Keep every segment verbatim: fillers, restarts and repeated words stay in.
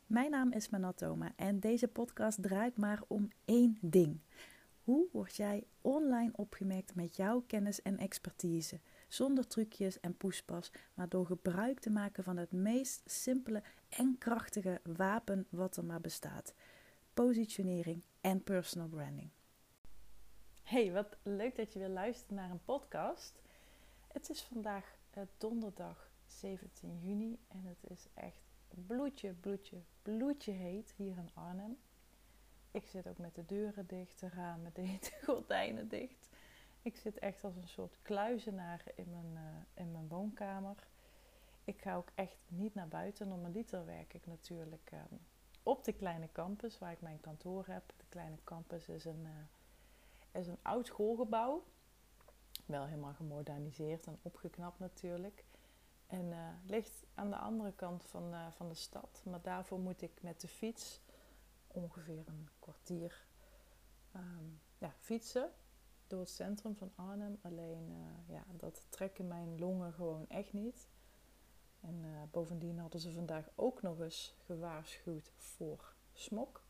Mijn naam is Manatoma en deze podcast draait maar om één ding. Hoe word jij online opgemerkt met jouw kennis en expertise? Zonder trucjes en poespas, maar door gebruik te maken van het meest simpele en krachtige wapen wat er maar bestaat. Positionering en personal branding. Hey, wat leuk dat je weer luistert naar een podcast. Het is vandaag uh, donderdag zeventien juni en het is echt bloedje, bloedje, bloedje heet hier in Arnhem. Ik zit ook met de deuren dicht, de ramen dicht, de gordijnen dicht. Ik zit echt als een soort kluizenaar in mijn, uh, in mijn woonkamer. Ik ga ook echt niet naar buiten. Normaliter werk ik natuurlijk uh, op de kleine campus waar ik mijn kantoor heb. De kleine campus is een, uh, is een oud schoolgebouw. Wel helemaal gemoderniseerd en opgeknapt natuurlijk. En uh, ligt aan de andere kant van, uh, van de stad. Maar daarvoor moet ik met de fiets ongeveer een kwartier um, ja, fietsen door het centrum van Arnhem. Alleen uh, ja, dat trekken mijn longen gewoon echt niet. En uh, bovendien hadden ze vandaag ook nog eens gewaarschuwd voor smog.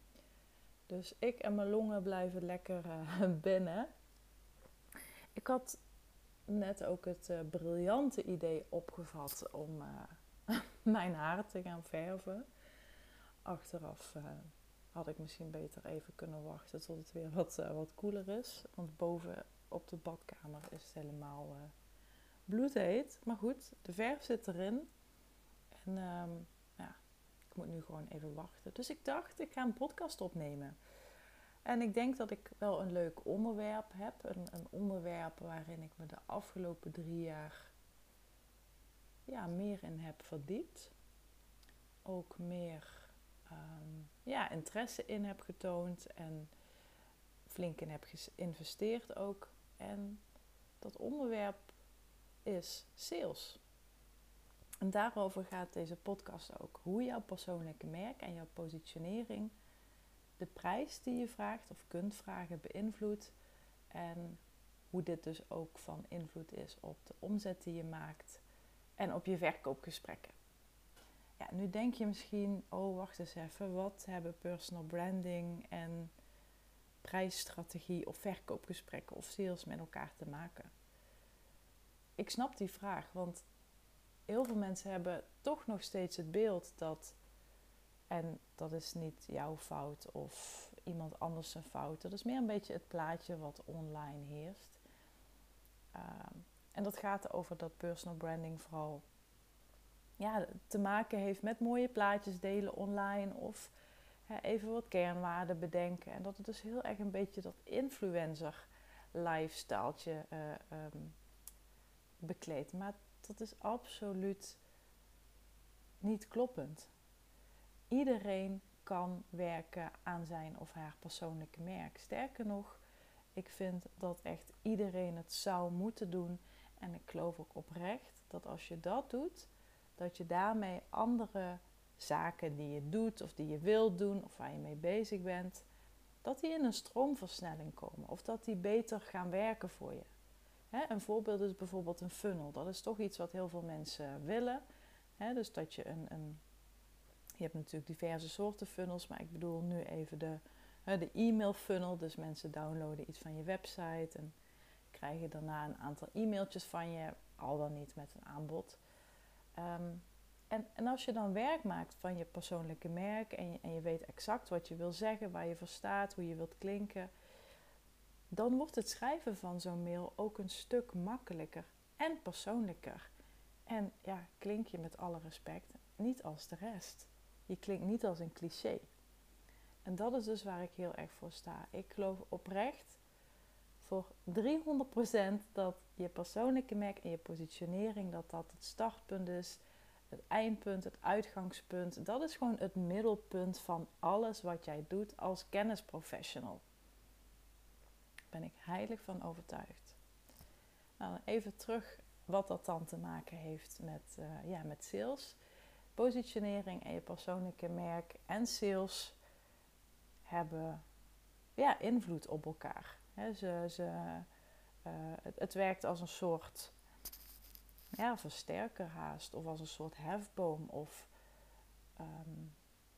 Dus ik en mijn longen blijven lekker uh, binnen. Ik had net ook het uh, briljante idee opgevat om uh, mijn haar te gaan verven. Achteraf uh, had ik misschien beter even kunnen wachten tot het weer wat, uh, wat koeler is. Want boven op de badkamer is het helemaal uh, bloedheet. Maar goed, de verf zit erin. En um, ja, ik moet nu gewoon even wachten. Dus ik dacht, ik ga een podcast opnemen. En ik denk dat ik wel een leuk onderwerp heb. Een, een onderwerp waarin ik me de afgelopen drie jaar ja, meer in heb verdiept. Ook meer um, ja, interesse in heb getoond. En flink in heb geïnvesteerd ook. En dat onderwerp is sales. En daarover gaat deze podcast ook. Hoe jouw persoonlijke merk en jouw positionering de prijs die je vraagt of kunt vragen beïnvloedt. En hoe dit dus ook van invloed is op de omzet die je maakt en op je verkoopgesprekken. Ja, nu denk je misschien, oh wacht eens even, wat hebben personal branding en prijsstrategie of verkoopgesprekken of sales met elkaar te maken? Ik snap die vraag, want heel veel mensen hebben toch nog steeds het beeld dat, en dat is niet jouw fout of iemand anders zijn fout, dat is meer een beetje het plaatje wat online heerst. Uh, en dat gaat over dat personal branding vooral ja, te maken heeft met mooie plaatjes delen online of hè, even wat kernwaarden bedenken. En dat het dus heel erg een beetje dat influencer lifestyletje uh, um, bekleedt. Maar dat is absoluut niet kloppend. Iedereen kan werken aan zijn of haar persoonlijke merk. Sterker nog, ik vind dat echt iedereen het zou moeten doen. En ik geloof ook oprecht dat als je dat doet, dat je daarmee andere zaken die je doet of die je wilt doen of waar je mee bezig bent, dat die in een stroomversnelling komen of dat die beter gaan werken voor je. Hè, een voorbeeld is bijvoorbeeld een funnel. Dat is toch iets wat heel veel mensen willen. Hè, dus dat je een, een Je hebt natuurlijk diverse soorten funnels, maar ik bedoel nu even de, de e-mail funnel. Dus mensen downloaden iets van je website en krijgen daarna een aantal e-mailtjes van je, al dan niet met een aanbod. Um, en, en als je dan werk maakt van je persoonlijke merk en je, en je weet exact wat je wil zeggen, waar je voor staat, hoe je wilt klinken, dan wordt het schrijven van zo'n mail ook een stuk makkelijker en persoonlijker. En ja, klink je met alle respect niet als de rest. Je klinkt niet als een cliché. En dat is dus waar ik heel erg voor sta. Ik geloof oprecht voor driehonderd procent dat je persoonlijke merk en je positionering, dat dat het startpunt is, het eindpunt, het uitgangspunt. Dat is gewoon het middelpunt van alles wat jij doet als kennisprofessional. Daar ben ik heilig van overtuigd. Nou, even terug wat dat dan te maken heeft met, uh, ja, met sales. Positionering en je persoonlijke merk en sales hebben ja, invloed op elkaar. He, ze, ze, uh, het, het werkt als een soort ja, versterker haast of als een soort hefboom of um,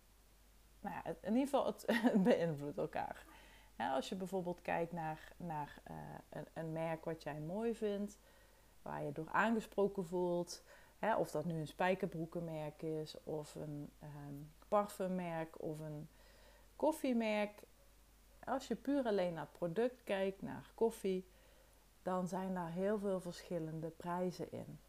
het, in ieder geval, het, het beïnvloedt elkaar. Ja, als je bijvoorbeeld kijkt naar, naar uh, een, een merk wat jij mooi vindt, waar je door aangesproken voelt, hè, of dat nu een spijkerbroekenmerk is, of een um, parfummerk, of een koffiemerk. Als je puur alleen naar het product kijkt, naar koffie, dan zijn daar heel veel verschillende prijzen in.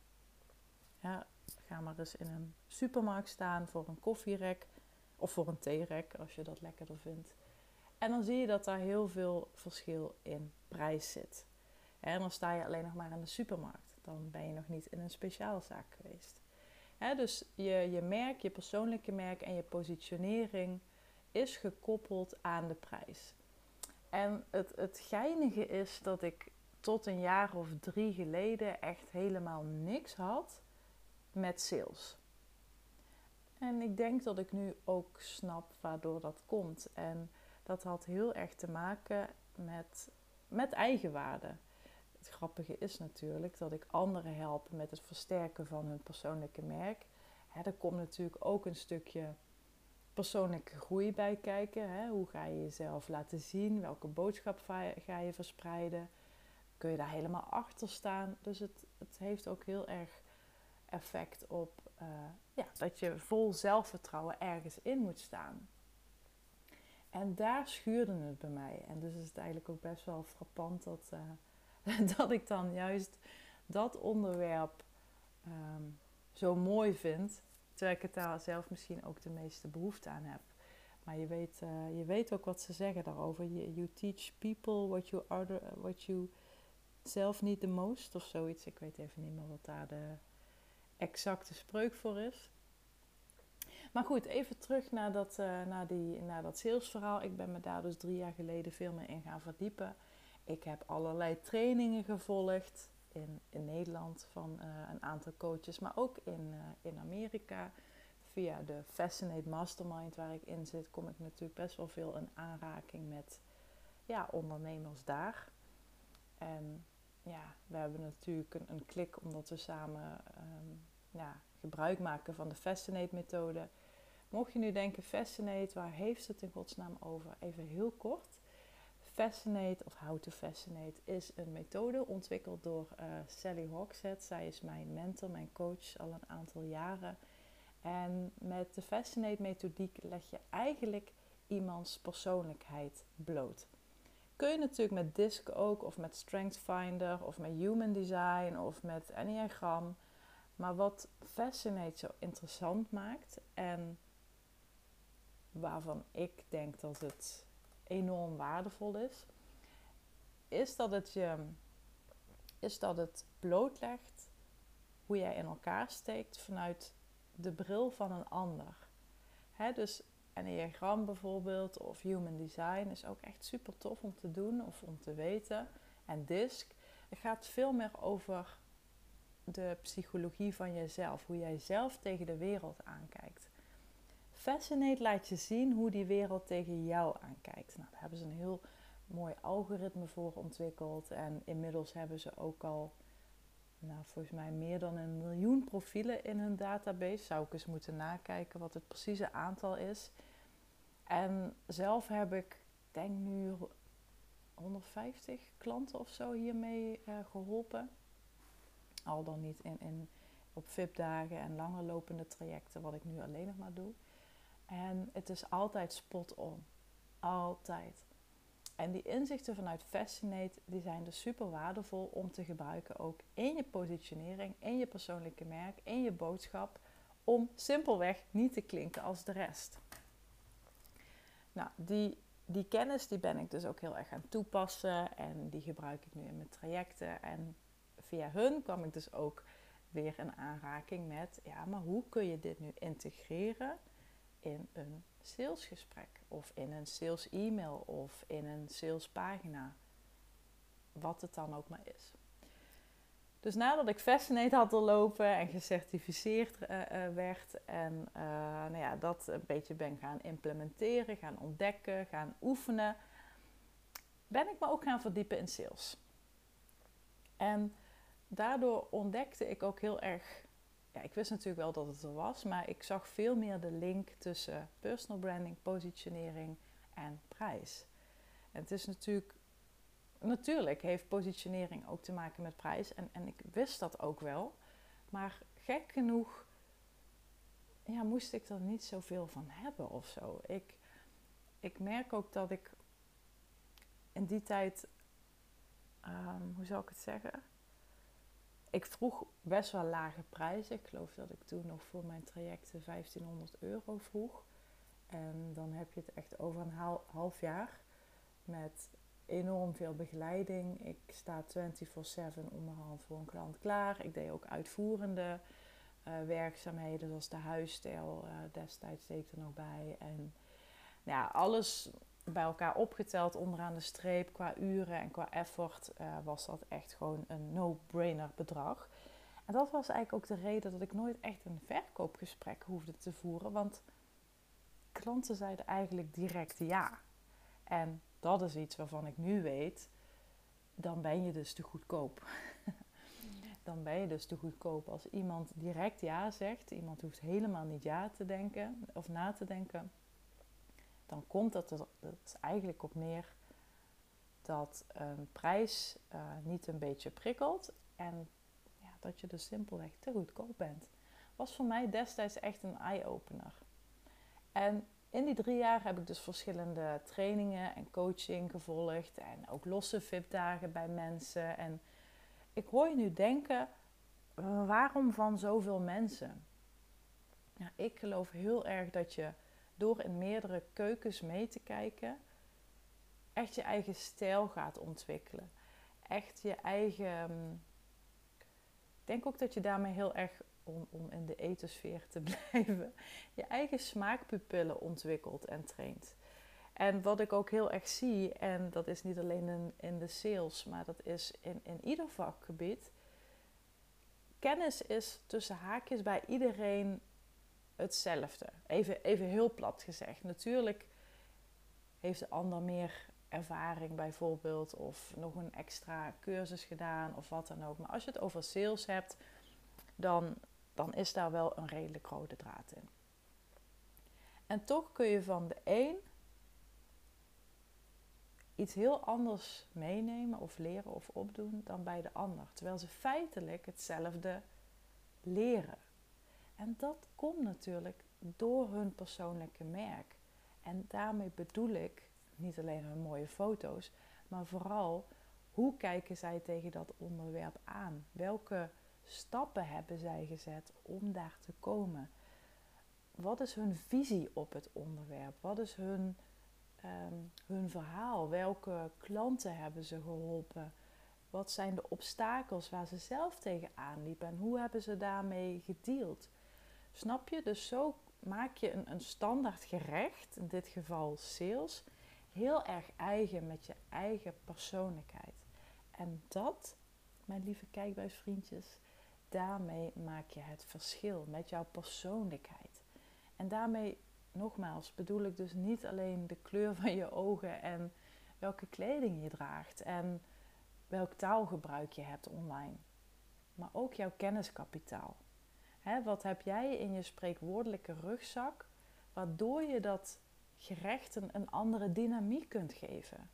Ja, ga maar eens in een supermarkt staan voor een koffierek of voor een theerek, als je dat lekkerder vindt. En dan zie je dat daar heel veel verschil in prijs zit. En dan sta je alleen nog maar in de supermarkt. Dan ben je nog niet in een speciaalzaak geweest. He, dus je, je merk, je persoonlijke merk en je positionering is gekoppeld aan de prijs. En het, het geinige is dat ik tot een jaar of drie geleden echt helemaal niks had met sales. En ik denk dat ik nu ook snap waardoor dat komt. En dat had heel erg te maken met, met eigenwaarde. Het grappige is natuurlijk dat ik anderen help met het versterken van hun persoonlijke merk. Hè, er komt natuurlijk ook een stukje persoonlijke groei bij kijken. Hè? Hoe ga je jezelf laten zien? Welke boodschap ga je verspreiden? Kun je daar helemaal achter staan? Dus het, het heeft ook heel erg effect op uh, ja, dat je vol zelfvertrouwen ergens in moet staan. En daar schuurde het bij mij. En dus is het eigenlijk ook best wel frappant dat, uh, dat ik dan juist dat onderwerp um, zo mooi vind. Terwijl ik het daar zelf misschien ook de meeste behoefte aan heb. Maar je weet, uh, je weet ook wat ze zeggen daarover. You, you teach people what you, order, what you self need the most. Of zoiets. Ik weet even niet meer wat daar de exacte spreuk voor is. Maar goed, even terug naar dat, uh, naar die, naar dat salesverhaal. Ik ben me daar dus drie jaar geleden veel meer in gaan verdiepen. Ik heb allerlei trainingen gevolgd in, in Nederland van uh, een aantal coaches, maar ook in, uh, in Amerika. Via de Fascinate Mastermind waar ik in zit, kom ik natuurlijk best wel veel in aanraking met ja, ondernemers daar. En ja, we hebben natuurlijk een, een klik omdat we samen um, ja, gebruik maken van de Fascinate methode. Mocht je nu denken, Fascinate, waar heeft het in godsnaam over? Even heel kort. Fascinate of How to Fascinate is een methode ontwikkeld door uh, Sally Hogshead. Zij is mijn mentor, mijn coach al een aantal jaren. En met de Fascinate methodiek leg je eigenlijk iemands persoonlijkheid bloot. Kun je natuurlijk met DISC ook, of met Strength Finder, of met Human Design, of met Enneagram. Maar wat Fascinate zo interessant maakt en waarvan ik denk dat het enorm waardevol is, is dat het je, is dat het blootlegt hoe jij in elkaar steekt vanuit de bril van een ander. Hè, dus Enneagram bijvoorbeeld of Human Design is ook echt super tof om te doen of om te weten. En DISC, het gaat veel meer over de psychologie van jezelf, hoe jij zelf tegen de wereld aankijkt. Fascinate laat je zien hoe die wereld tegen jou aankijkt. Nou, daar hebben ze een heel mooi algoritme voor ontwikkeld. En inmiddels hebben ze ook al, nou, volgens mij meer dan een miljoen profielen in hun database. Zou ik eens moeten nakijken wat het precieze aantal is. En zelf heb ik, denk nu, honderdvijftig klanten of zo hiermee uh, geholpen. Al dan niet in, in, op V I P-dagen en langer lopende trajecten, wat ik nu alleen nog maar doe. En het is altijd spot on. Altijd. En die inzichten vanuit Fascinate, die zijn dus super waardevol om te gebruiken ook in je positionering, in je persoonlijke merk, in je boodschap, om simpelweg niet te klinken als de rest. Nou, die, die kennis die ben ik dus ook heel erg aan toepassen en die gebruik ik nu in mijn trajecten. En via hun kwam ik dus ook weer in aanraking met, ja, maar hoe kun je dit nu integreren in een salesgesprek of in een sales e-mail of in een salespagina, wat het dan ook maar is. Dus nadat ik Fascinate had doorlopen en gecertificeerd uh, uh, werd en uh, nou ja, dat een beetje ben gaan implementeren, gaan ontdekken, gaan oefenen, ben ik me ook gaan verdiepen in sales. En daardoor ontdekte ik ook heel erg ja, ik wist natuurlijk wel dat het er was, maar ik zag veel meer de link tussen personal branding, positionering en prijs. En het is natuurlijk, natuurlijk heeft positionering ook te maken met prijs en, en ik wist dat ook wel. Maar gek genoeg ja, moest ik er niet zoveel van hebben of zo. Ik, ik merk ook dat ik in die tijd, um, hoe zou ik het zeggen? Ik vroeg best wel lage prijzen. Ik geloof dat ik toen nog voor mijn trajecten vijftienhonderd euro vroeg. En dan heb je het echt over een half jaar met enorm veel begeleiding. Ik sta vierentwintig zeven onderhand voor een klant klaar. Ik deed ook uitvoerende uh, werkzaamheden zoals de huisstijl. Uh, destijds deed ik er nog bij. En ja, alles bij elkaar opgeteld onderaan de streep qua uren en qua effort uh, was dat echt gewoon een no-brainer bedrag. En dat was eigenlijk ook de reden dat ik nooit echt een verkoopgesprek hoefde te voeren. Want klanten zeiden eigenlijk direct ja. En dat is iets waarvan ik nu weet, dan ben je dus te goedkoop. Dan ben je dus te goedkoop. Als iemand direct ja zegt, iemand hoeft helemaal niet ja te denken of na te denken, dan komt dat er dat eigenlijk op neer dat een prijs uh, niet een beetje prikkelt en ja, dat je dus simpelweg te goedkoop bent. Was voor mij destijds echt een eye-opener. En in die drie jaar heb ik dus verschillende trainingen en coaching gevolgd en ook losse V I P-dagen bij mensen. En ik hoor je nu denken, waarom van zoveel mensen? Ja, ik geloof heel erg dat je door in meerdere keukens mee te kijken, echt je eigen stijl gaat ontwikkelen. Echt je eigen... Ik denk ook dat je daarmee heel erg, om, om in de etosfeer te blijven, je eigen smaakpupillen ontwikkelt en traint. En wat ik ook heel erg zie, en dat is niet alleen in, in de sales, maar dat is in, in ieder vakgebied. Kennis is tussen haakjes bij iedereen hetzelfde. Even, even heel plat gezegd. Natuurlijk heeft de ander meer ervaring bijvoorbeeld of nog een extra cursus gedaan of wat dan ook. Maar als je het over sales hebt, dan, dan is daar wel een redelijk rode draad in. En toch kun je van de een iets heel anders meenemen of leren of opdoen dan bij de ander. Terwijl ze feitelijk hetzelfde leren. En dat komt natuurlijk door hun persoonlijke merk. En daarmee bedoel ik niet alleen hun mooie foto's, maar vooral hoe kijken zij tegen dat onderwerp aan? Welke stappen hebben zij gezet om daar te komen? Wat is hun visie op het onderwerp? Wat is hun, um, hun verhaal? Welke klanten hebben ze geholpen? Wat zijn de obstakels waar ze zelf tegenaan liepen? En hoe hebben ze daarmee gedeeld? Snap je? Dus zo maak je een, een standaard gerecht, in dit geval sales, heel erg eigen met je eigen persoonlijkheid. En dat, mijn lieve kijkbuisvriendjes, daarmee maak je het verschil met jouw persoonlijkheid. En daarmee, nogmaals, bedoel ik dus niet alleen de kleur van je ogen en welke kleding je draagt en welk taalgebruik je hebt online, maar ook jouw kenniskapitaal. Hè, wat heb jij in je spreekwoordelijke rugzak, waardoor je dat gerecht een, een andere dynamiek kunt geven?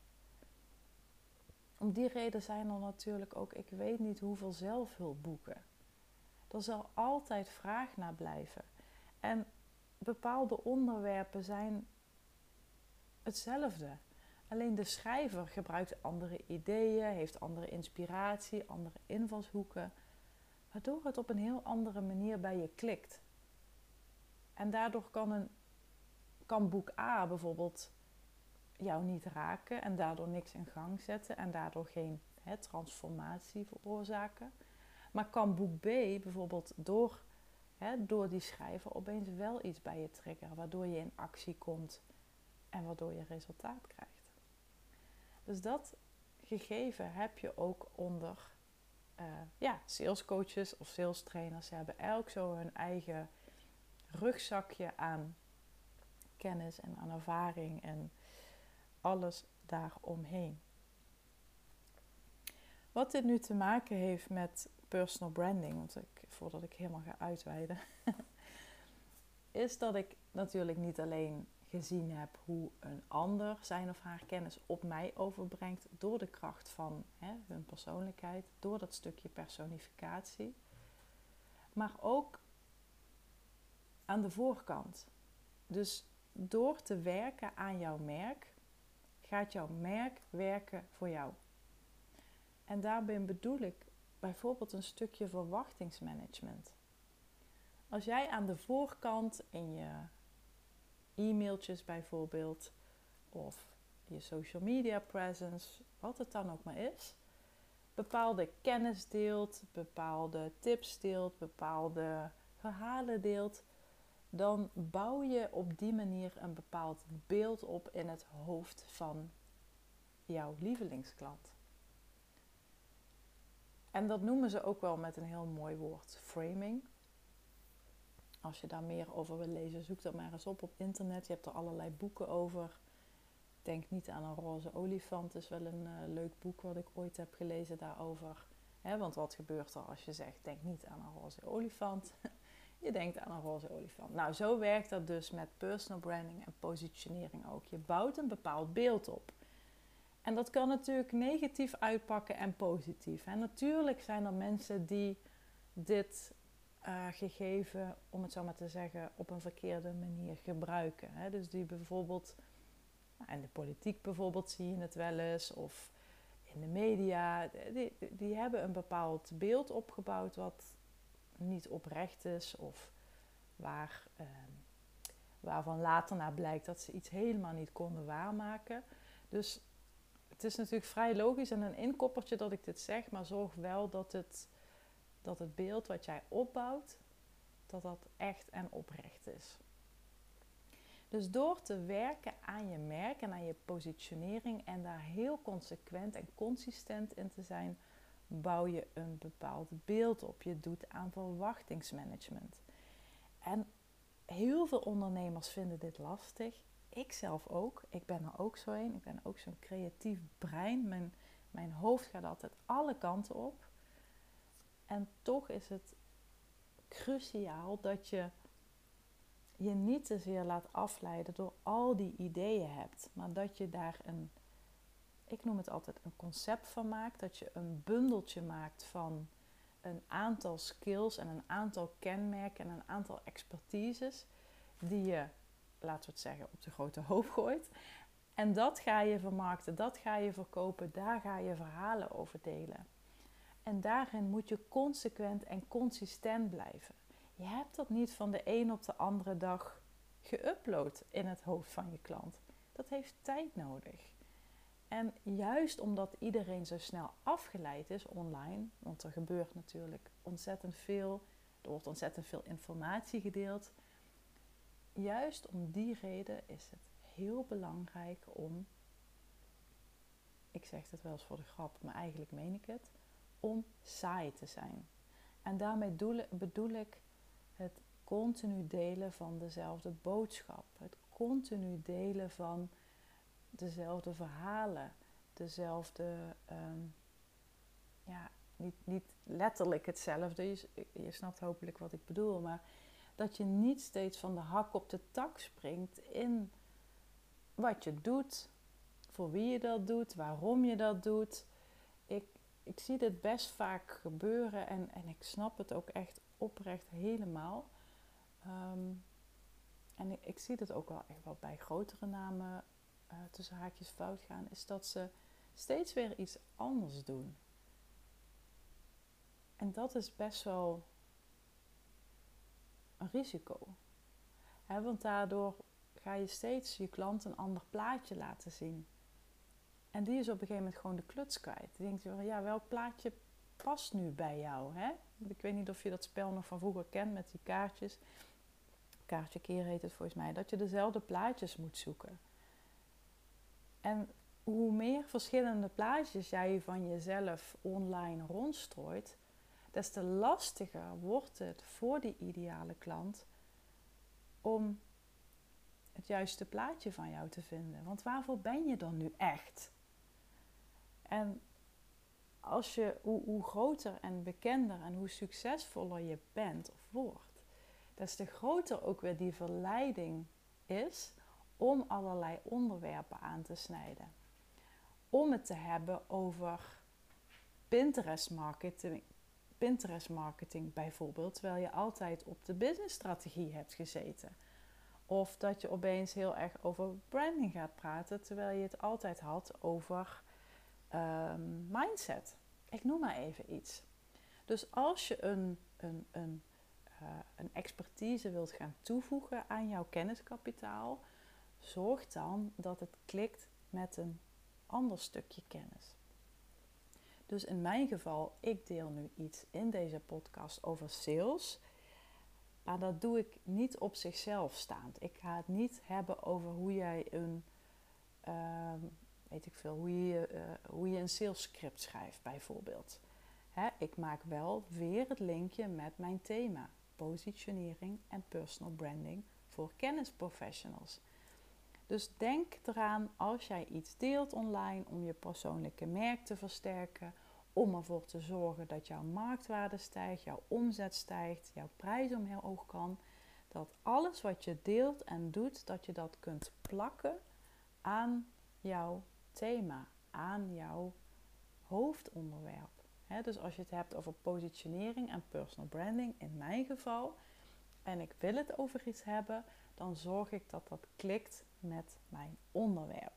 Om die reden zijn er natuurlijk ook, ik weet niet hoeveel zelfhulpboeken. Er zal altijd vraag naar blijven. En bepaalde onderwerpen zijn hetzelfde. Alleen de schrijver gebruikt andere ideeën, heeft andere inspiratie, andere invalshoeken, waardoor het op een heel andere manier bij je klikt. En daardoor kan, een, kan boek A bijvoorbeeld jou niet raken en daardoor niks in gang zetten en daardoor geen he, transformatie veroorzaken. Maar kan boek B bijvoorbeeld door, he, door die schrijver opeens wel iets bij je triggeren, waardoor je in actie komt en waardoor je resultaat krijgt. Dus dat gegeven heb je ook onder uh, ja, salescoaches of sales trainers. Ze hebben elk zo hun eigen rugzakje aan kennis en aan ervaring en alles daaromheen. Wat dit nu te maken heeft met personal branding, want ik, voordat ik helemaal ga uitweiden, is dat ik natuurlijk niet alleen gezien heb hoe een ander zijn of haar kennis op mij overbrengt door de kracht van hè, hun persoonlijkheid, door dat stukje personificatie, maar ook aan de voorkant. Dus door te werken aan jouw merk, gaat jouw merk werken voor jou. En daarbij bedoel ik bijvoorbeeld een stukje verwachtingsmanagement. Als jij aan de voorkant in je e-mailtjes bijvoorbeeld, of je social media presence, wat het dan ook maar is, bepaalde kennis deelt, bepaalde tips deelt, bepaalde verhalen deelt, dan bouw je op die manier een bepaald beeld op in het hoofd van jouw lievelingsklant. En dat noemen ze ook wel met een heel mooi woord, framing. Als je daar meer over wil lezen, zoek dat maar eens op op internet. Je hebt er allerlei boeken over. Denk niet aan een roze olifant. Dat is wel een uh, leuk boek wat ik ooit heb gelezen daarover. He, want wat gebeurt er als je zegt, denk niet aan een roze olifant. Je denkt aan een roze olifant. Nou, zo werkt dat dus met personal branding en positionering ook. Je bouwt een bepaald beeld op. En dat kan natuurlijk negatief uitpakken en positief. En natuurlijk zijn er mensen die dit uh, gegeven, om het zo maar te zeggen, op een verkeerde manier gebruiken. Hè? Dus die bijvoorbeeld, nou, in de politiek bijvoorbeeld zie je het wel eens, of in de media, die, die hebben een bepaald beeld opgebouwd wat niet oprecht is, of waar, uh, waarvan later naar blijkt dat ze iets helemaal niet konden waarmaken. Dus het is natuurlijk vrij logisch en een inkoppertje dat ik dit zeg, maar zorg wel dat het, dat het beeld wat jij opbouwt, dat dat echt en oprecht is. Dus door te werken aan je merk en aan je positionering en daar heel consequent en consistent in te zijn, bouw je een bepaald beeld op. Je doet aan verwachtingsmanagement. En heel veel ondernemers vinden dit lastig. Ik zelf ook. Ik ben er ook zo een. Ik ben ook zo'n creatief brein. Mijn, mijn hoofd gaat altijd alle kanten op. En toch is het cruciaal dat je je niet te zeer laat afleiden door al die ideeën hebt. Maar dat je daar een, ik noem het altijd een concept van maakt. Dat je een bundeltje maakt van een aantal skills en een aantal kenmerken en een aantal expertises die je, laten we het zeggen, op de grote hoop gooit. En dat ga je vermarkten, dat ga je verkopen, daar ga je verhalen over delen. En daarin moet je consequent en consistent blijven. Je hebt dat niet van de een op de andere dag geüpload in het hoofd van je klant. Dat heeft tijd nodig. En juist omdat iedereen zo snel afgeleid is online, want er gebeurt natuurlijk ontzettend veel, er wordt ontzettend veel informatie gedeeld. Juist om die reden is het heel belangrijk om, ik zeg het wel eens voor de grap, maar eigenlijk meen ik het, om saai te zijn. En daarmee bedoel ik het continu delen van dezelfde boodschap. Het continu delen van dezelfde verhalen. Dezelfde, um, ja, niet, niet letterlijk hetzelfde. Je, je snapt hopelijk wat ik bedoel. Maar dat je niet steeds van de hak op de tak springt in wat je doet. Voor wie je dat doet. Waarom je dat doet. Ik, ik zie dit best vaak gebeuren. En, en ik snap het ook echt oprecht helemaal. Um, en ik, ik zie het ook wel echt wel bij grotere namen uh, tussen haakjes fout gaan. Is dat ze steeds weer iets anders doen. En dat is best wel een risico. He, want daardoor ga je steeds je klant een ander plaatje laten zien. En die is op een gegeven moment gewoon de kluts kwijt. Die denkt van, ja, welk plaatje past nu bij jou? Hè? Ik weet niet of je dat spel nog van vroeger kent met die kaartjes. Kaartje keer heet het volgens mij. Dat je dezelfde plaatjes moet zoeken. En hoe meer verschillende plaatjes jij van jezelf online rondstrooit, des te lastiger wordt het voor die ideale klant om het juiste plaatje van jou te vinden. Want waarvoor ben je dan nu echt? En als je, hoe, hoe groter en bekender en hoe succesvoller je bent of wordt, des te groter ook weer die verleiding is om allerlei onderwerpen aan te snijden. Om het te hebben over Pinterest marketing, Pinterest marketing bijvoorbeeld, terwijl je altijd op de businessstrategie hebt gezeten. Of dat je opeens heel erg over branding gaat praten, terwijl je het altijd had over um, mindset. Ik noem maar even iets. Dus als je een, een, een, uh, een expertise wilt gaan toevoegen aan jouw kenniskapitaal, zorg dan dat het klikt met een ander stukje kennis. Dus in mijn geval, ik deel nu iets in deze podcast over sales. Maar dat doe ik niet op zichzelf staand. Ik ga het niet hebben over hoe jij een, uh, weet ik veel, hoe je, uh, hoe je een sales script schrijft bijvoorbeeld. Hè, ik maak wel weer het linkje met mijn thema. Positionering en personal branding voor kennisprofessionals. Dus denk eraan als jij iets deelt online om je persoonlijke merk te versterken, om ervoor te zorgen dat jouw marktwaarde stijgt, jouw omzet stijgt, jouw prijs omhoog kan, dat alles wat je deelt en doet, dat je dat kunt plakken aan jouw thema, aan jouw hoofdonderwerp. He, dus als je het hebt over positionering en personal branding, in mijn geval, en ik wil het over iets hebben, dan zorg ik dat dat klikt met mijn onderwerp.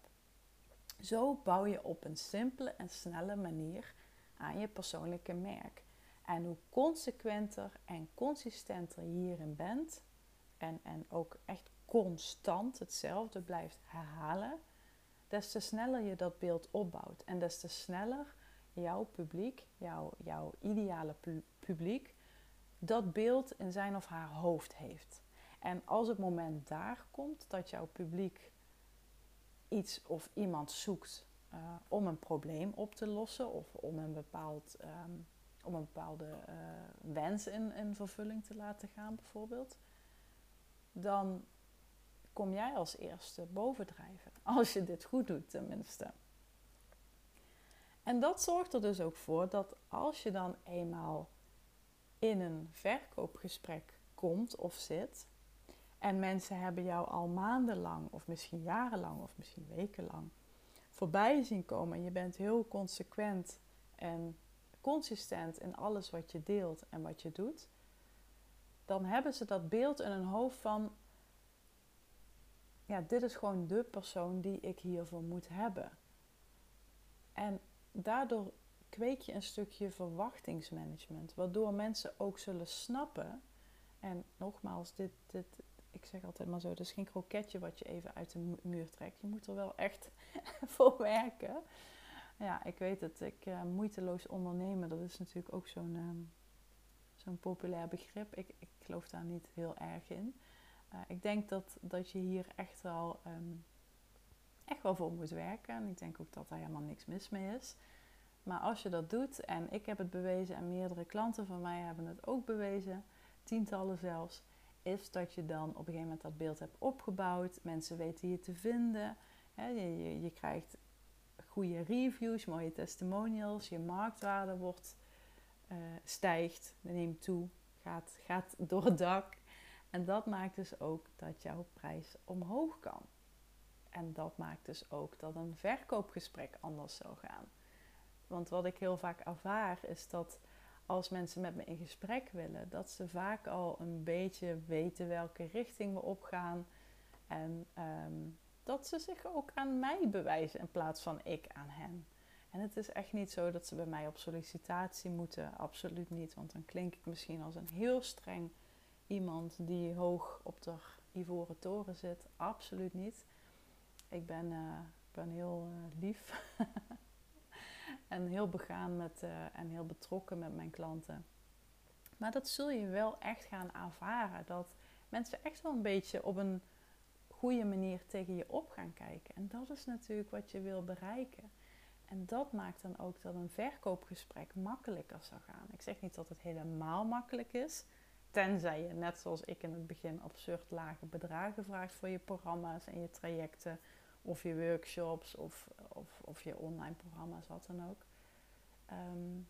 Zo bouw je op een simpele en snelle manier aan je persoonlijke merk. En hoe consequenter en consistenter je hierin bent, en, en ook echt constant hetzelfde blijft herhalen, des te sneller je dat beeld opbouwt. En des te sneller jouw publiek, jouw, jouw ideale pu- publiek, dat beeld in zijn of haar hoofd heeft. En als het moment daar komt dat jouw publiek iets of iemand zoekt uh, om een probleem op te lossen of om een, bepaald, um, om een bepaalde uh, wens in, in vervulling te laten gaan bijvoorbeeld, dan kom jij als eerste bovendrijven. Als je dit goed doet tenminste. En dat zorgt er dus ook voor dat als je dan eenmaal in een verkoopgesprek komt of zit en mensen hebben jou al maandenlang of misschien jarenlang of misschien wekenlang voorbij zien komen en je bent heel consequent en consistent in alles wat je deelt en wat je doet, dan hebben ze dat beeld in hun hoofd van, ja, dit is gewoon de persoon die ik hiervoor moet hebben. En daardoor kweek je een stukje verwachtingsmanagement, waardoor mensen ook zullen snappen. En nogmaals, dit, dit, ik zeg altijd maar zo, het is geen kroketje wat je even uit de muur trekt. Je moet er wel echt voor werken. Ja, ik weet het, ik, uh, moeiteloos ondernemen, dat is natuurlijk ook zo'n, um, zo'n populair begrip. Ik, ik geloof daar niet heel erg in. Uh, ik denk dat, dat je hier echt wel, um, echt wel voor moet werken. En ik denk ook dat daar helemaal niks mis mee is. Maar als je dat doet, en ik heb het bewezen en meerdere klanten van mij hebben het ook bewezen, tientallen zelfs, is dat je dan op een gegeven moment dat beeld hebt opgebouwd. Mensen weten je te vinden. Hè, je, je, je krijgt goede reviews, mooie testimonials. Je marktwaarde wordt, uh, stijgt, neemt toe, gaat, gaat door het dak. En dat maakt dus ook dat jouw prijs omhoog kan. En dat maakt dus ook dat een verkoopgesprek anders zal gaan. Want wat ik heel vaak ervaar is dat als mensen met me in gesprek willen, dat ze vaak al een beetje weten welke richting we opgaan. En um, dat ze zich ook aan mij bewijzen in plaats van ik aan hen. En het is echt niet zo dat ze bij mij op sollicitatie moeten. Absoluut niet, want dan klink ik misschien als een heel streng iemand die hoog op de ivoren toren zit. Absoluut niet. Ik ben, uh, ben heel uh, lief. En heel begaan met, uh, en heel betrokken met mijn klanten. Maar dat zul je wel echt gaan ervaren. Dat mensen echt wel een beetje op een goede manier tegen je op gaan kijken. En dat is natuurlijk wat je wil bereiken. En dat maakt dan ook dat een verkoopgesprek makkelijker zal gaan. Ik zeg niet dat het helemaal makkelijk is. Tenzij je, net zoals ik in het begin, absurd lage bedragen vraagt voor je programma's en je trajecten. Of je workshops of, of, of je online programma's, wat dan ook. Um,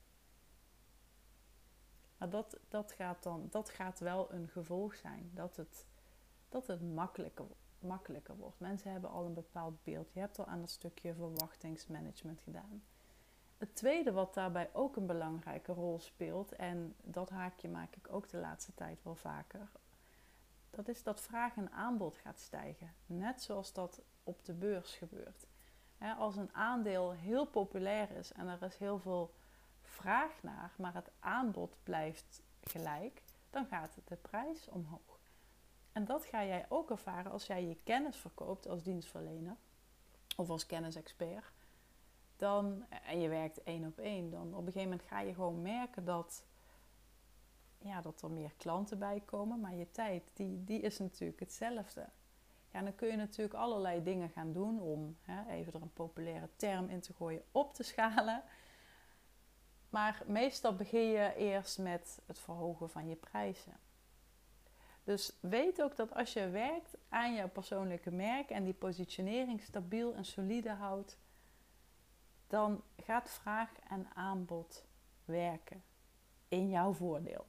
maar dat, dat, gaat dan, dat gaat wel een gevolg zijn. Dat het, dat het makkelijker, makkelijker wordt. Mensen hebben al een bepaald beeld. Je hebt al aan het stukje verwachtingsmanagement gedaan. Het tweede wat daarbij ook een belangrijke rol speelt, en dat haakje maak ik ook de laatste tijd wel vaker, dat is dat vraag en aanbod gaat stijgen. Net zoals dat op de beurs gebeurt. Als een aandeel heel populair is en er is heel veel vraag naar, maar het aanbod blijft gelijk, dan gaat de prijs omhoog. En dat ga jij ook ervaren als jij je kennis verkoopt als dienstverlener of als kennisexpert. Dan, en je werkt één op één, dan op een gegeven moment ga je gewoon merken dat, ja, dat er meer klanten bij komen. Maar je tijd, die, die is natuurlijk hetzelfde. Ja, dan kun je natuurlijk allerlei dingen gaan doen om, hè, even er een populaire term in te gooien, op te schalen. Maar meestal begin je eerst met het verhogen van je prijzen. Dus weet ook dat als je werkt aan jouw persoonlijke merk en die positionering stabiel en solide houdt, dan gaat vraag en aanbod werken in jouw voordeel.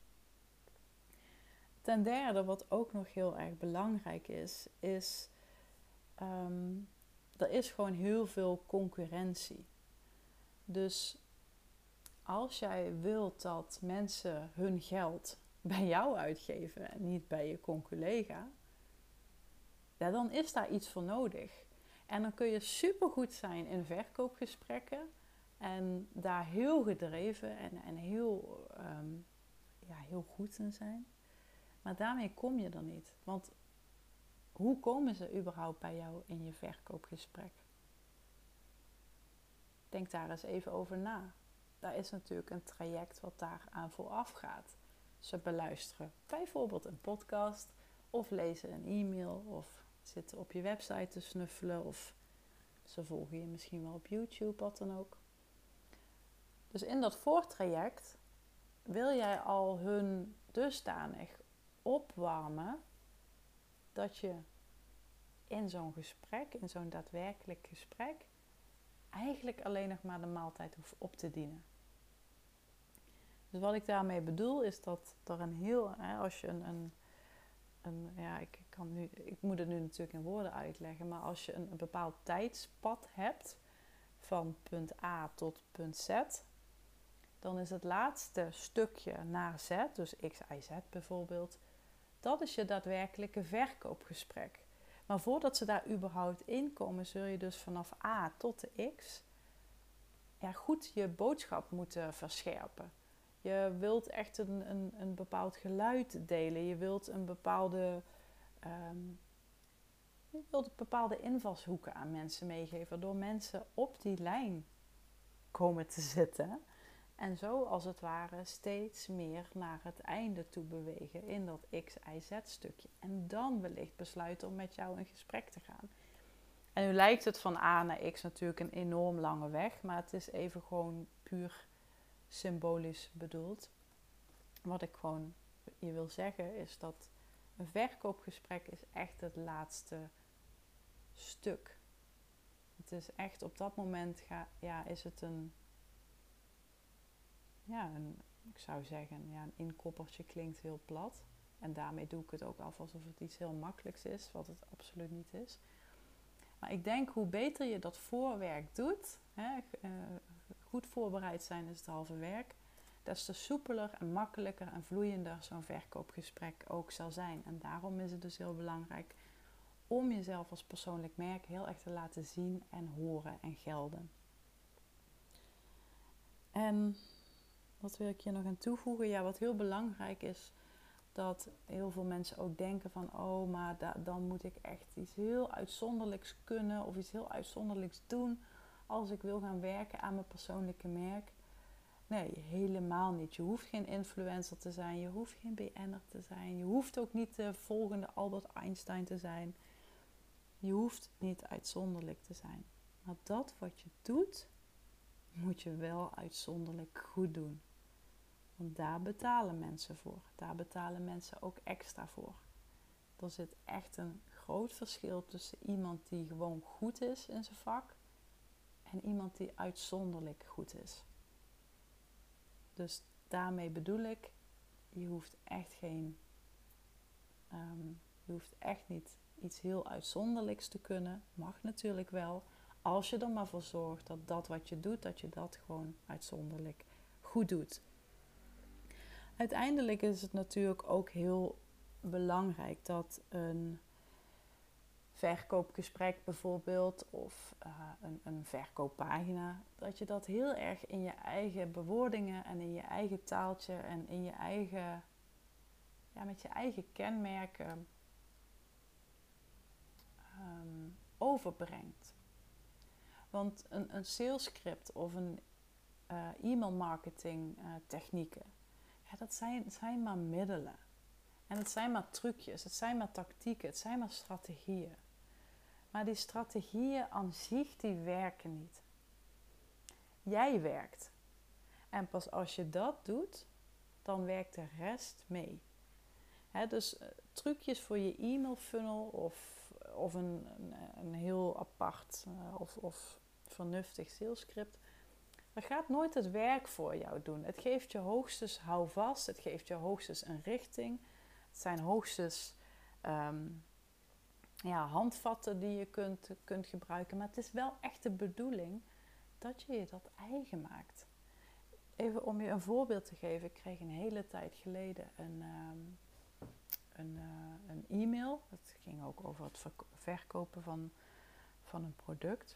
Ten derde, wat ook nog heel erg belangrijk is, is um, er is gewoon heel veel concurrentie. Dus als jij wilt dat mensen hun geld bij jou uitgeven en niet bij je conculega, ja, dan is daar iets voor nodig. En dan kun je supergoed zijn in verkoopgesprekken en daar heel gedreven en, en heel, um, ja, heel goed in zijn. Maar daarmee kom je er niet. Want hoe komen ze überhaupt bij jou in je verkoopgesprek? Denk daar eens even over na. Daar is natuurlijk een traject wat daar aan vooraf gaat. Ze beluisteren bijvoorbeeld een podcast of lezen een e-mail of zitten op je website te snuffelen of ze volgen je misschien wel op YouTube, wat dan ook. Dus in dat voortraject wil jij al hun dusdanig opwarmen dat je in zo'n gesprek, in zo'n daadwerkelijk gesprek, eigenlijk alleen nog maar de maaltijd hoeft op te dienen. Dus wat ik daarmee bedoel is dat er een heel, hè, als je een, een, een ja, ik, kan nu, ik moet het nu natuurlijk in woorden uitleggen, maar als je een, een bepaald tijdspad hebt van punt A tot punt Z, dan is het laatste stukje naar Z, dus X, Y, Z bijvoorbeeld, dat is je daadwerkelijke verkoopgesprek. Maar voordat ze daar überhaupt in komen, zul je dus vanaf A tot de X ja, goed je boodschap moeten verscherpen. Je wilt echt een, een, een bepaald geluid delen. Je wilt een bepaalde, um, je wilt bepaalde invalshoeken aan mensen meegeven, waardoor mensen op die lijn komen te zitten. En zo als het ware steeds meer naar het einde toe bewegen in dat X Y Z stukje. En dan wellicht besluiten om met jou in gesprek te gaan. En nu lijkt het van A naar X natuurlijk een enorm lange weg. Maar het is even gewoon puur symbolisch bedoeld. Wat ik gewoon je wil zeggen is dat een verkoopgesprek is echt het laatste stuk. Het is echt op dat moment ga, ja, is het een... Ja, een, ik zou zeggen, ja, een inkoppertje klinkt heel plat. En daarmee doe ik het ook af alsof het iets heel makkelijks is, wat het absoluut niet is. Maar ik denk, hoe beter je dat voorwerk doet, hè, uh, goed voorbereid zijn is het halve werk, des te soepeler en makkelijker en vloeiender zo'n verkoopgesprek ook zal zijn. En daarom is het dus heel belangrijk om jezelf als persoonlijk merk heel erg te laten zien en horen en gelden. En wat wil ik hier nog aan toevoegen? Ja, wat heel belangrijk is, dat heel veel mensen ook denken van, oh, maar da- dan moet ik echt iets heel uitzonderlijks kunnen of iets heel uitzonderlijks doen als ik wil gaan werken aan mijn persoonlijke merk. Nee, helemaal niet. Je hoeft geen influencer te zijn, je hoeft geen B N'er te zijn, je hoeft ook niet de volgende Albert Einstein te zijn. Je hoeft niet uitzonderlijk te zijn. Maar dat wat je doet, moet je wel uitzonderlijk goed doen. Want daar betalen mensen voor. Daar betalen mensen ook extra voor. Er zit echt een groot verschil tussen iemand die gewoon goed is in zijn vak en iemand die uitzonderlijk goed is. Dus daarmee bedoel ik, je hoeft echt geen, um, je hoeft echt niet iets heel uitzonderlijks te kunnen. Mag natuurlijk wel, als je er maar voor zorgt dat dat wat je doet, dat je dat gewoon uitzonderlijk goed doet. Uiteindelijk is het natuurlijk ook heel belangrijk dat een verkoopgesprek bijvoorbeeld of uh, een, een verkooppagina, dat je dat heel erg in je eigen bewoordingen en in je eigen taaltje en in je eigen, ja, met je eigen kenmerken um, overbrengt. Want een, een salescript of een uh, e-mail marketing uh, technieken, ja, dat zijn, zijn maar middelen. En het zijn maar trucjes, het zijn maar tactieken, het zijn maar strategieën. Maar die strategieën aan zich, die werken niet. Jij werkt. En pas als je dat doet, dan werkt de rest mee. He, dus uh, trucjes voor je e-mail funnel of, of een, een, een heel apart uh, of, of vernuftig salescript, dat gaat nooit het werk voor jou doen. Het geeft je hoogstens houvast, het geeft je hoogstens een richting. Het zijn hoogstens um, ja, handvatten die je kunt, kunt gebruiken. Maar het is wel echt de bedoeling dat je je dat eigen maakt. Even om je een voorbeeld te geven. Ik kreeg een hele tijd geleden een, um, een, uh, een e-mail. Dat ging ook over het verko- verkopen van, van een product.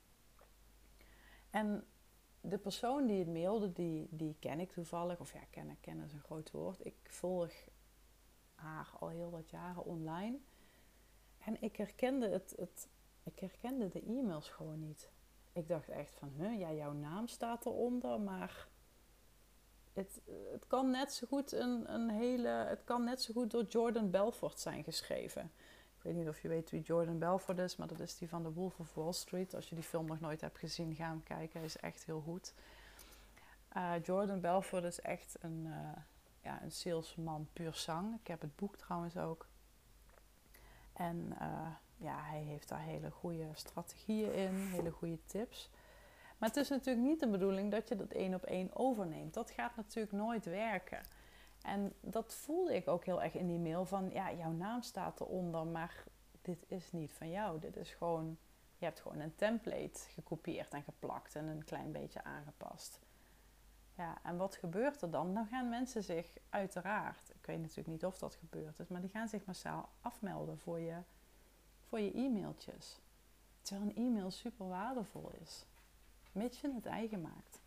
En de persoon die het mailde, die, die ken ik toevallig. Of ja, kennen, kennen is een groot woord. Ik volg haar al heel wat jaren online. En ik herkende, het, het, ik herkende de e-mails gewoon niet. Ik dacht echt van, huh, ja, jouw naam staat eronder, maar het, het kan net zo goed een, een hele, het kan net zo goed door Jordan Belfort zijn geschreven. Ik weet niet of je weet wie Jordan Belfort is, maar dat is die van The Wolf of Wall Street. Als je die film nog nooit hebt gezien, ga hem kijken. Hij is echt heel goed. Uh, Jordan Belfort is echt een, uh, ja, een salesman puur zang. Ik heb het boek trouwens ook. En uh, ja, hij heeft daar hele goede strategieën in, hele goede tips. Maar het is natuurlijk niet de bedoeling dat je dat één op één overneemt. Dat gaat natuurlijk nooit werken. En dat voelde ik ook heel erg in die mail van, ja, jouw naam staat eronder, maar dit is niet van jou. Dit is gewoon, je hebt gewoon een template gekopieerd en geplakt en een klein beetje aangepast. Ja, en wat gebeurt er dan? Dan gaan mensen zich uiteraard, ik weet natuurlijk niet of dat gebeurd is, maar die gaan zich massaal afmelden voor je, voor je e-mailtjes. Terwijl een e-mail super waardevol is, mits je het eigen maakt.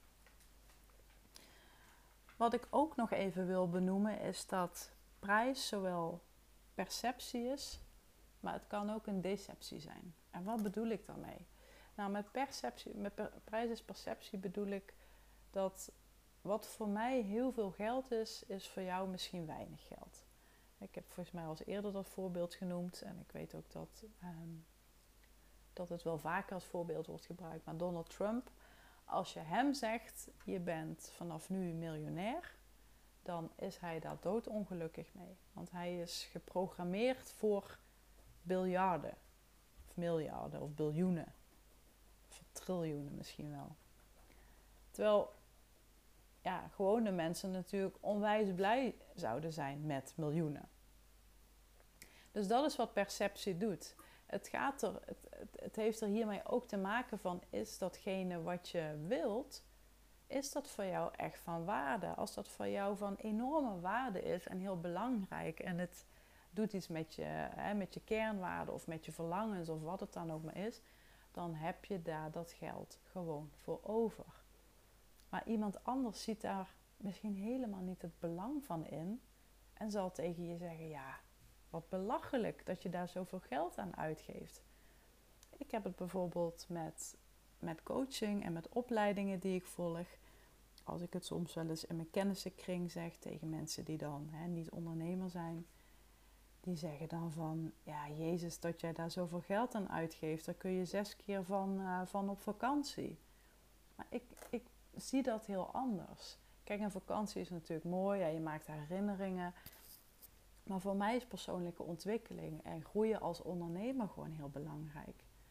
Wat ik ook nog even wil benoemen is dat prijs zowel perceptie is, maar het kan ook een deceptie zijn. En wat bedoel ik daarmee? Nou, met, perceptie, met per, prijs is perceptie bedoel ik dat wat voor mij heel veel geld is, is voor jou misschien weinig geld. Ik heb volgens mij al eens eerder dat voorbeeld genoemd. En ik weet ook dat, um, dat het wel vaker als voorbeeld wordt gebruikt. Maar Donald Trump, als je hem zegt, je bent vanaf nu miljonair, dan is hij daar doodongelukkig mee. Want hij is geprogrammeerd voor biljarden. Of miljarden of biljoenen. Of triljoenen misschien wel. Terwijl ja, gewone mensen natuurlijk onwijs blij zouden zijn met miljoenen. Dus dat is wat perceptie doet. Het, gaat er, het, het, het heeft er hiermee ook te maken van, is datgene wat je wilt, is dat voor jou echt van waarde? Als dat voor jou van enorme waarde is en heel belangrijk en het doet iets met je, hè, met je kernwaarden of met je verlangens of wat het dan ook maar is, dan heb je daar dat geld gewoon voor over. Maar iemand anders ziet daar misschien helemaal niet het belang van in en zal tegen je zeggen, ja, wat belachelijk dat je daar zoveel geld aan uitgeeft. Ik heb het bijvoorbeeld met, met coaching en met opleidingen die ik volg. Als ik het soms wel eens in mijn kennissenkring zeg tegen mensen die dan hè, niet ondernemer zijn. Die zeggen dan van, ja, Jezus, dat jij daar zoveel geld aan uitgeeft. Daar kun je zes keer van, uh, van op vakantie. Maar ik, ik zie dat heel anders. Kijk, een vakantie is natuurlijk mooi. Ja, je maakt herinneringen. Maar voor mij is persoonlijke ontwikkeling en groeien als ondernemer gewoon heel belangrijk.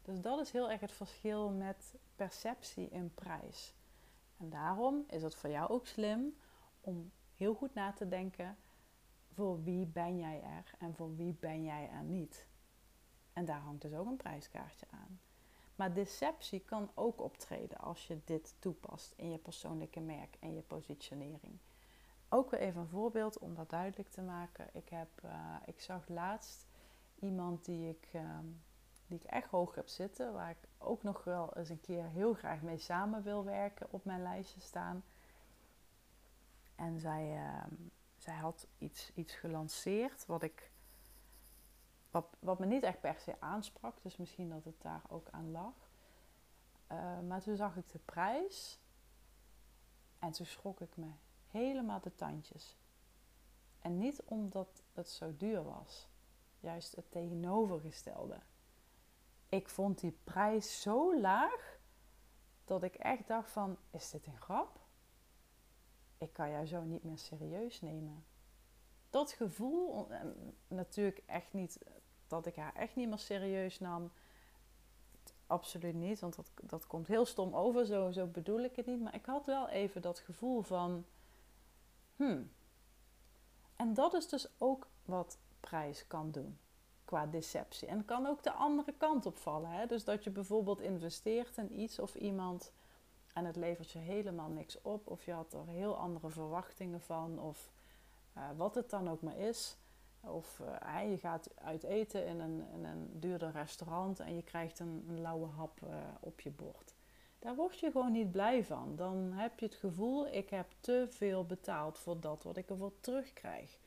Dus dat is heel erg het verschil met perceptie en prijs. En daarom is het voor jou ook slim om heel goed na te denken, voor wie ben jij er en voor wie ben jij er niet. En daar hangt dus ook een prijskaartje aan. Maar deceptie kan ook optreden als je dit toepast in je persoonlijke merk en je positionering. Ook weer even een voorbeeld om dat duidelijk te maken. Ik, heb, uh, ik zag laatst iemand die ik, uh, die ik echt hoog heb zitten, waar ik ook nog wel eens een keer heel graag mee samen wil werken, op mijn lijstje staan. En zij, uh, zij had iets, iets gelanceerd wat, ik, wat, wat me niet echt per se aansprak. Dus misschien dat het daar ook aan lag. Uh, maar toen zag ik de prijs en toen schrok ik me helemaal de tandjes. En niet omdat het zo duur was. Juist het tegenovergestelde. Ik vond die prijs zo laag dat ik echt dacht van, is dit een grap? Ik kan jou zo niet meer serieus nemen. Dat gevoel, natuurlijk echt niet dat ik haar echt niet meer serieus nam. Absoluut niet, want dat, dat komt heel stom over, zo, zo bedoel ik het niet. Maar ik had wel even dat gevoel van, hmm. En dat is dus ook wat prijs kan doen, qua deceptie. En het kan ook de andere kant opvallen. Hè? Dus dat je bijvoorbeeld investeert in iets of iemand en het levert je helemaal niks op. Of je had er heel andere verwachtingen van, of uh, wat het dan ook maar is. Of uh, je gaat uit eten in een, in een duurder restaurant en je krijgt een, een lauwe hap uh, op je bord. Daar word je gewoon niet blij van. Dan heb je het gevoel, ik heb te veel betaald voor dat wat ik ervoor terugkrijg.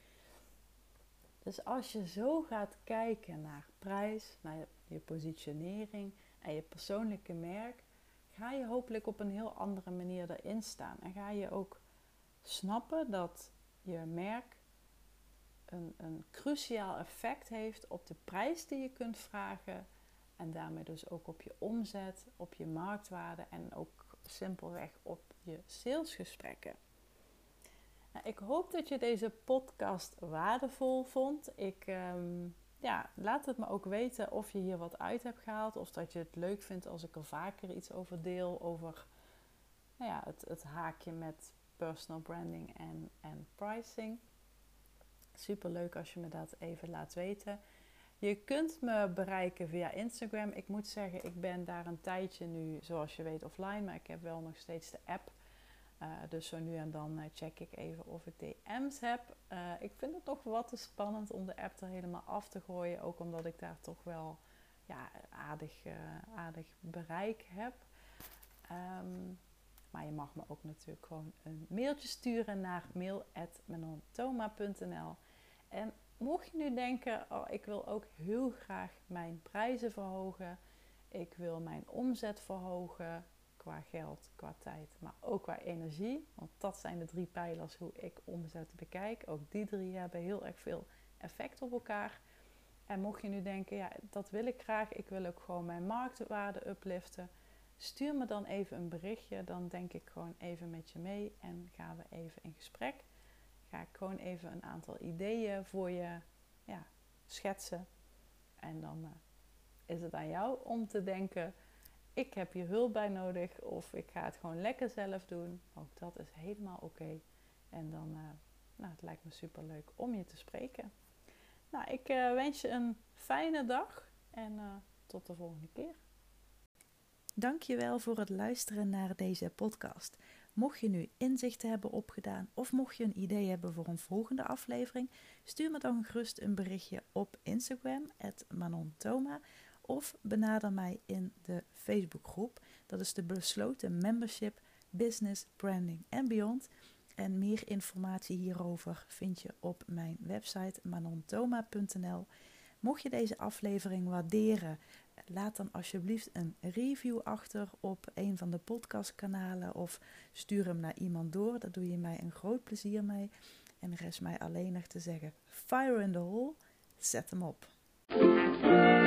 Dus als je zo gaat kijken naar prijs, naar je, je positionering en je persoonlijke merk, ga je hopelijk op een heel andere manier erin staan. En ga je ook snappen dat je merk Een, een cruciaal effect heeft op de prijs die je kunt vragen en daarmee dus ook op je omzet, op je marktwaarde en ook simpelweg op je salesgesprekken. Nou, ik hoop dat je deze podcast waardevol vond. Ik, um, ja, laat het me ook weten of je hier wat uit hebt gehaald of dat je het leuk vindt als ik er vaker iets over deel, over nou ja, het, het haakje met personal branding en, en pricing. Super leuk als je me dat even laat weten. Je kunt me bereiken via Instagram. Ik moet zeggen, ik ben daar een tijdje nu, zoals je weet, offline. Maar ik heb wel nog steeds de app. Uh, dus zo nu en dan uh, check ik even of ik D M's heb. Uh, ik vind het toch wat te spannend om de app er helemaal af te gooien. Ook omdat ik daar toch wel ja, aardig, uh, aardig bereik heb. Um, maar je mag me ook natuurlijk gewoon een mailtje sturen naar mail at manon thoma punt n l. En mocht je nu denken, oh, ik wil ook heel graag mijn prijzen verhogen. Ik wil mijn omzet verhogen qua geld, qua tijd, maar ook qua energie. Want dat zijn de drie pijlers hoe ik omzet bekijk. Ook die drie hebben heel erg veel effect op elkaar. En mocht je nu denken, ja, dat wil ik graag. Ik wil ook gewoon mijn marktwaarde upliften. Stuur me dan even een berichtje. Dan denk ik gewoon even met je mee en gaan we even in gesprek. Ga ik gewoon even een aantal ideeën voor je ja, schetsen. En dan uh, is het aan jou om te denken, ik heb hier hulp bij nodig of ik ga het gewoon lekker zelf doen. Ook dat is helemaal oké. Okay. En dan, uh, nou, het lijkt me super leuk om je te spreken. Nou, ik uh, wens je een fijne dag en uh, tot de volgende keer. Dankjewel voor het luisteren naar deze podcast. Mocht je nu inzichten hebben opgedaan of mocht je een idee hebben voor een volgende aflevering, stuur me dan gerust een berichtje op Instagram at manon thoma of benader mij in de Facebookgroep. Dat is de besloten membership Business, Branding en Beyond. En meer informatie hierover vind je op mijn website manon thoma punt n l. Mocht je deze aflevering waarderen, laat dan alsjeblieft een review achter op een van de podcastkanalen of stuur hem naar iemand door. Daar doe je mij een groot plezier mee. En er rest mij alleen nog te zeggen, fire in the hole, zet hem op.